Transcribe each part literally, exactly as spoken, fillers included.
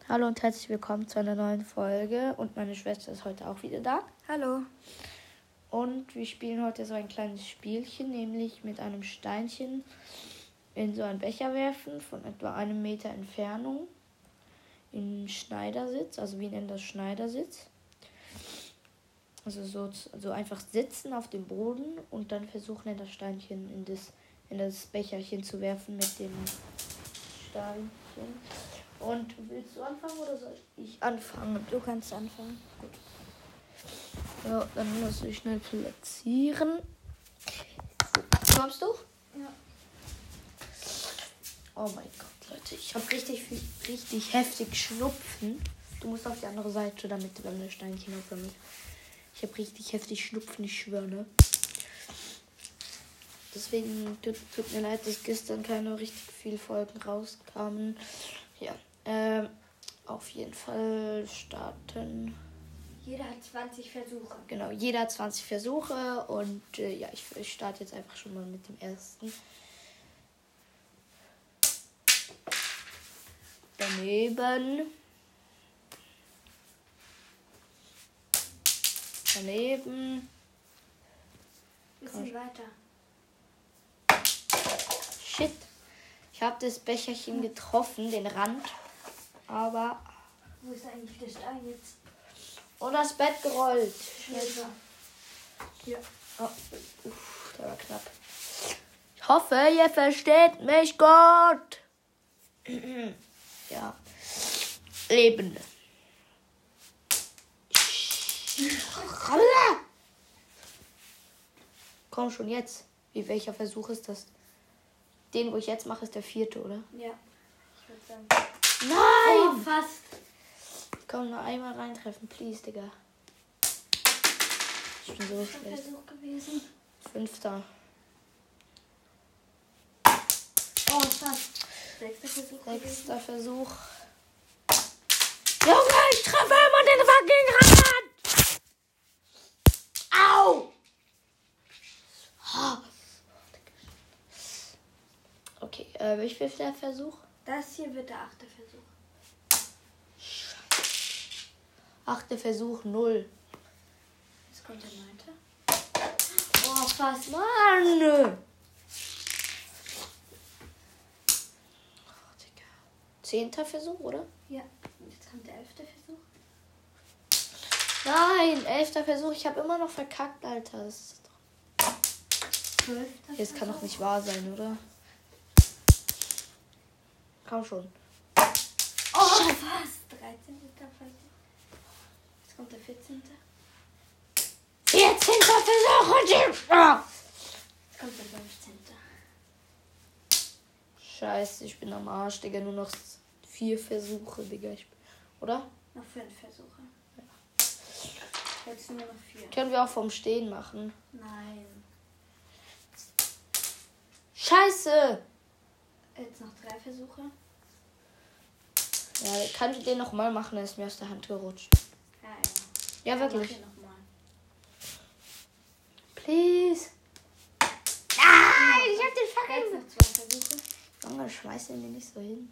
Hallo und herzlich willkommen zu einer neuen Folge. Und meine Schwester ist heute auch wieder da. Hallo. Und wir spielen heute so ein kleines Spielchen, nämlich mit einem Steinchen in so einen Becher werfen von etwa einem Meter Entfernung in Schneidersitz. Also wir nennen das Schneidersitz. Also so, so einfach sitzen auf dem Boden und dann versuchen, das Steinchen in das, in das Becherchen zu werfen mit dem Steinchen. Und willst du anfangen oder soll ich anfangen? Du kannst anfangen. Gut. Ja, dann musst du schnell platzieren. Kommst du? Ja. Oh mein Gott, Leute. Ich habe richtig, viel- richtig heftig Schnupfen. Du musst auf die andere Seite, damit du dann das Steinchen aufsammelt. Ich habe richtig heftig Schnupfen, ich schwöre, ne? Deswegen tut, tut mir leid, dass gestern keine richtig viele Folgen rauskamen. Ja, ähm, auf jeden Fall starten. Jeder hat zwanzig Versuche. Genau, jeder hat zwanzig Versuche und äh, ja, ich, ich starte jetzt einfach schon mal mit dem ersten. Daneben. Daneben. Bisschen weiter. Shit. Ich habe das Becherchen getroffen, den Rand. Aber. Wo ist eigentlich der Stein jetzt? Und das Bett gerollt. Schlechter. Ja. Oh, uff, der war knapp. Ich hoffe, ihr versteht mich gut. Ja. Leben. Komm schon jetzt. Wie welcher Versuch ist das? Den, wo ich jetzt mache, ist der vierte, oder? Ja. Ich würde sagen. Nein! Oh, fast. Komm, nur einmal reintreffen, please, Digga. Ich bin so Ein schlecht. Versuch gewesen. Fünfter. Oh, fast. Sechster Versuch gewesen. Sechster Versuch. Junge, ich treffe immer den fucking Rand! Au! Okay, äh, wie viel ist der Versuch? Das hier wird der achte Versuch. Achter Versuch, null. Jetzt kommt der neunte. Oh, fast. Mann! Oh, Digga. Zehnter Versuch, oder? Ja. Jetzt kommt der elfte Versuch. Nein, elfter Versuch. Ich habe immer noch verkackt, Alter. Das ist doch... Zwölfter Das kann doch Versuch. nicht wahr sein, oder? Komm schon. Oh, fast. dreizehnter Versuch. Jetzt kommt der vierzehnte. vierzehnter Versuch und ich... Ah! Jetzt kommt der fünfzehnte. Scheiße, ich bin am Arsch, Digga. Nur noch vier Versuche, Digga. Ich... Oder? Noch fünf Versuche. Jetzt nur noch vier. Können wir auch vom Stehen machen. Nein. Scheiße! Jetzt noch drei Versuche. Ja, kann ich den nochmal machen? Er ist mir aus der Hand gerutscht. Ja, Ja, ja. wirklich. Mach ihn noch mal. Please. Nein, ich hab den Jetzt fucking... noch zwei Versuche. Junge, schmeiß den mir nicht so hin.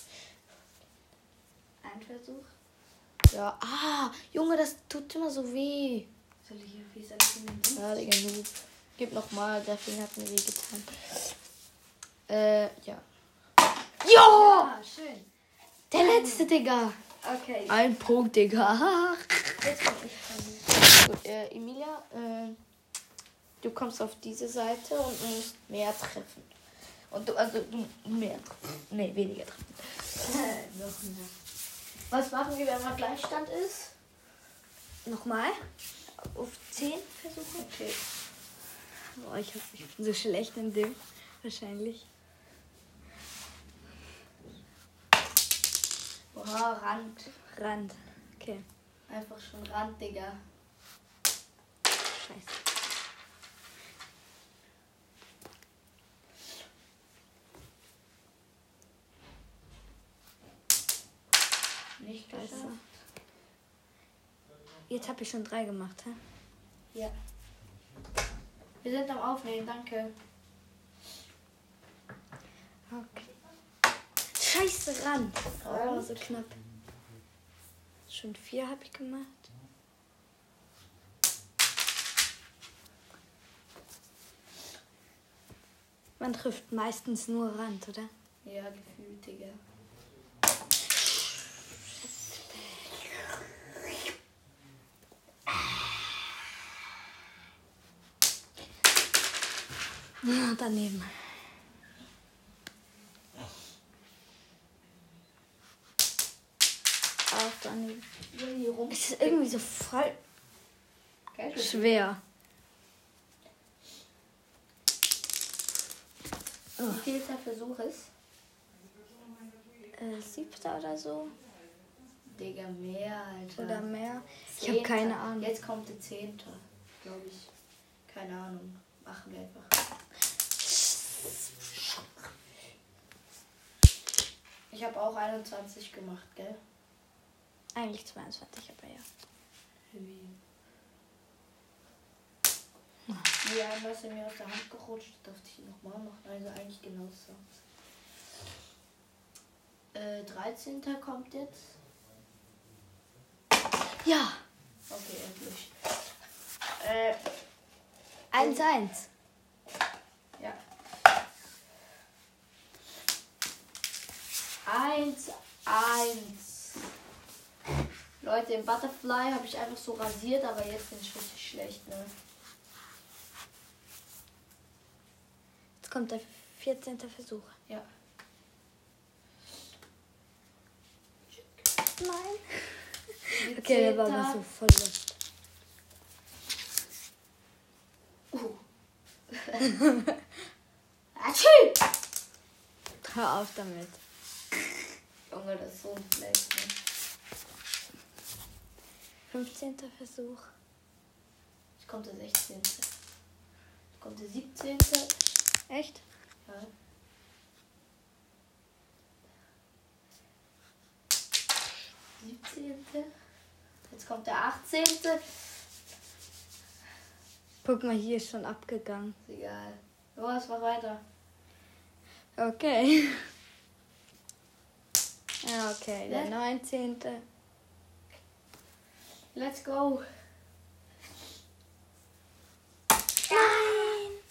Ein Versuch. Ja, ah, Junge, das tut immer so weh. Soll ich hier, wie soll ich ihn denn Ja, Digga, Noob. Gib nochmal, der Finger hat mir weh getan. Äh, ja. Jo! Ja, schön. Der letzte, Digga. Okay. Ein Punkt, Digga. Jetzt bin ich dran. Gut, äh, Emilia, äh, du kommst auf diese Seite und musst mehr treffen. Und du, also, du mehr treffen. Nee, weniger treffen. Äh, noch mehr. Was machen wir, wenn mal Gleichstand ist? Nochmal? Auf zehn Versuche? Okay. Boah, ich, hab, ich bin so schlecht in dem. Wahrscheinlich. Oha, Rand. Rand. Okay. Einfach schon Rand, Digga. Scheiße. Nicht Scheiße. geschafft. Jetzt habe ich schon drei gemacht, hä? Ja. Wir sind am Aufnehmen, danke. Okay. Scheiße, Rand. Oh, so knapp. Schon vier habe ich gemacht. Man trifft meistens nur Rand, oder? Ja, gefühlt, Digga. Ja, daneben. Auch daneben. Es ist irgendwie so voll schwer. Wie viel der Versuch ist? Äh, siebter oder so. Digga, mehr, Alter. Oder mehr. Ich Zehnter. habe keine Ahnung. Jetzt kommt der Zehnte, glaube ich. Keine Ahnung. Machen wir einfach. Ich habe auch einundzwanzig gemacht, gell? Eigentlich zweiundzwanzig, aber ja. Wie? Ja, was er mir aus der Hand gerutscht, durfte ich nochmal machen. Also eigentlich genau so. Äh, dreizehnter kommt jetzt. Ja. Okay, endlich. Äh, eins eins. ja. eins eins. Leute, im Butterfly habe ich einfach so rasiert, aber jetzt bin ich richtig schlecht, ne? Jetzt kommt der vierzehnte Versuch. Ja. Nein. Okay, der war aber so voll Lust. Uh. Atschi! Hör auf damit. Junge, das ist so ein Flex, ne? fünfzehnter Versuch. Jetzt kommt der sechzehnte. Jetzt kommt der siebzehnte. Echt? Ja. siebzehnte. Jetzt kommt der achtzehnte. Guck mal, hier ist schon abgegangen. Ist egal. Los, mach weiter. Okay. Ja, okay. Der Ja. neunzehnte. Let's go. Nein!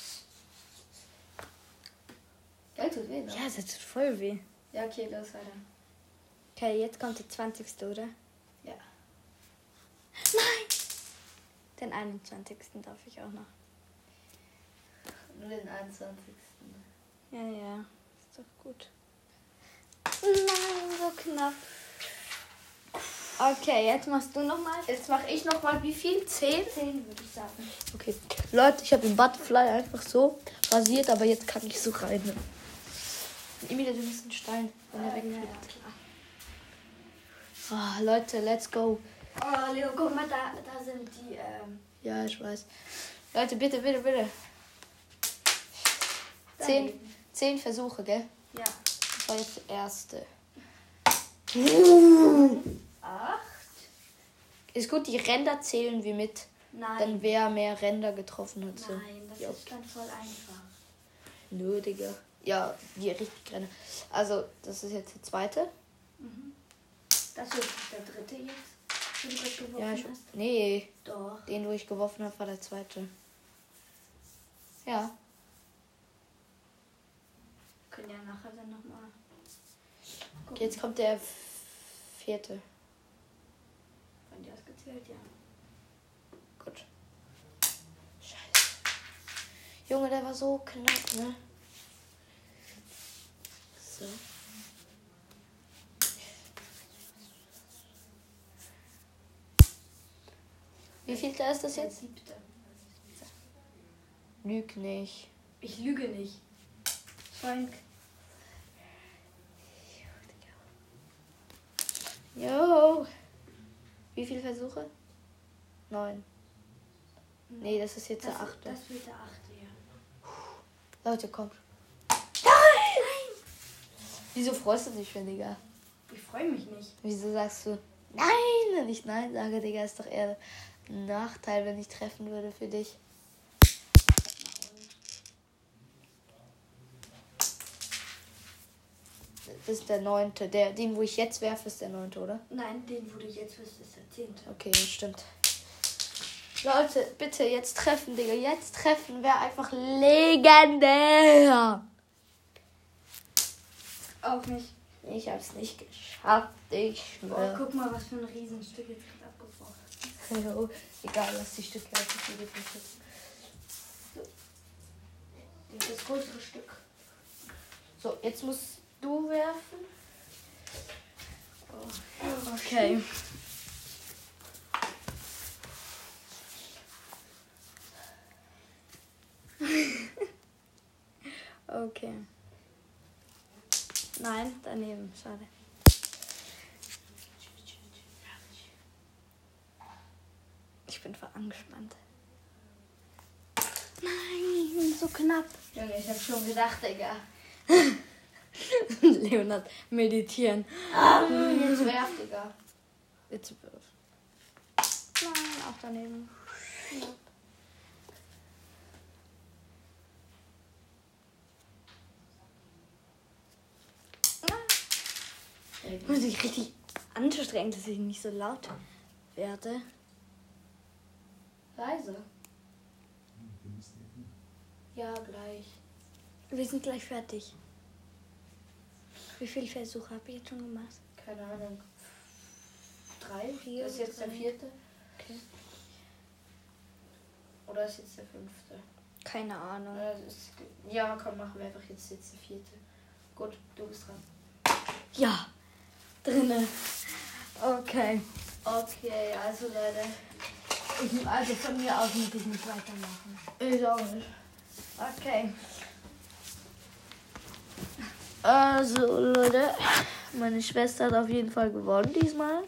Geld tut weh, ne? Ja, das tut voll weh. Ja, okay, los, weiter. Okay, jetzt kommt der zwanzigste, oder? Ja. Nein! Den einundzwanzigsten darf ich auch noch. Nur den einundzwanzigsten. Ja, ja. Ist doch gut. Nein, so knapp. Okay, jetzt machst du nochmal. Jetzt mache ich nochmal wie viel? zehn? zehn, würde ich sagen. Okay. Leute, ich habe den Butterfly einfach so rasiert, aber jetzt kann ich so rein. Emilia, du bist ein Stein, wenn er Äh, ja, ja, wegfliegt. klar. Oh, Leute, let's go. Oh, Leo, guck mal, da, da sind die, ähm... Ja, ich weiß. Leute, bitte, bitte, bitte. Zehn, daneben. zehn Versuche, gell? Ja. Das war jetzt der erste. Acht? Ist gut, die Ränder zählen wir mit. Nein. Dann wer mehr Ränder getroffen hat. So. Nein, das Ja. ist dann voll einfach. Nö, Digga. Ja, die richtig Ränder. Also, das ist jetzt der zweite. Mhm. Das ist der dritte jetzt, den du gerade geworfen Ja, ich, hast. nee, Doch. den, wo ich geworfen habe, war der zweite. Ja. Wir können ja nachher dann nochmal. Jetzt kommt der vierte. Von dir ausgezählt, ja. Gut. Scheiße. Junge, der war so knapp, ne? So. Wie viel da ist das Der jetzt? siebte. Lüg nicht. Ich lüge nicht. Frank. Jo. Wie viele Versuche? Neun. Nee, das ist jetzt Das, der achte. das wird der achte, ja. Leute, kommt. Nein! Wieso freust du dich, wenn, Digga? Ich freue mich nicht. Wieso sagst du nein, wenn ich nein sage, Digga? Ist doch eher ein Nachteil, wenn ich treffen würde für dich. ist der neunte. Der, den, wo ich jetzt werfe, ist der neunte, oder? Nein, den, wo du jetzt wirst, ist der zehnte. Okay, stimmt. Leute, bitte jetzt treffen, Digga. Jetzt treffen wäre einfach legendär. Auch nicht. Ich hab's nicht geschafft. Ich Oh, schwöre. guck mal, was für ein Riesenstück jetzt gerade abgebrochen. Oh, egal, lass die Stücke einfach hier nicht sitzen. So. Das größere Stück. So, jetzt musst du werfen. Oh, Okay. Okay. Nein, daneben. Schade. Ich bin voll angespannt. Nein, so knapp. Junge, ich hab schon gedacht, Digga. Leonard, meditieren. Jetzt werf, Digga. Jetzt wirf. Nein, auch daneben. Knapp. Ich muss mich richtig anstrengen, dass ich nicht so laut werde. Leise. Ja, gleich. Wir sind gleich fertig. Wie viele Versuche habe ich jetzt schon gemacht? Keine Ahnung. Drei? Vier Das ist jetzt oder der drei? vierte? Okay. Oder ist jetzt der fünfte? Keine Ahnung. Äh, das ist, ja, komm, machen wir einfach jetzt, jetzt der vierte. Gut, du bist dran. Ja, drinne. Okay. Okay, also Leute. Ich, also von mir aus muss ich nicht weitermachen. Ich auch nicht. Okay. Also Leute, meine Schwester hat auf jeden Fall gewonnen diesmal.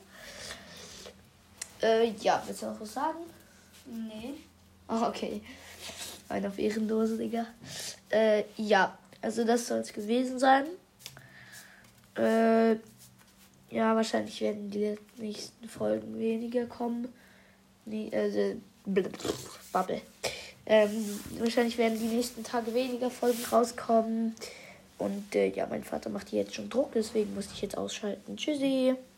Äh, ja, willst du noch was sagen? Nee. Ah, okay. Eine auf Ehrendose, Digga. Äh, ja, also das soll es gewesen sein. Äh, ja, wahrscheinlich werden die nächsten Folgen weniger kommen. Nee, also, Bubble. Ähm, wahrscheinlich werden die nächsten Tage weniger Folgen rauskommen. Und äh, ja, mein Vater macht hier jetzt schon Druck, deswegen muss ich jetzt ausschalten. Tschüssi.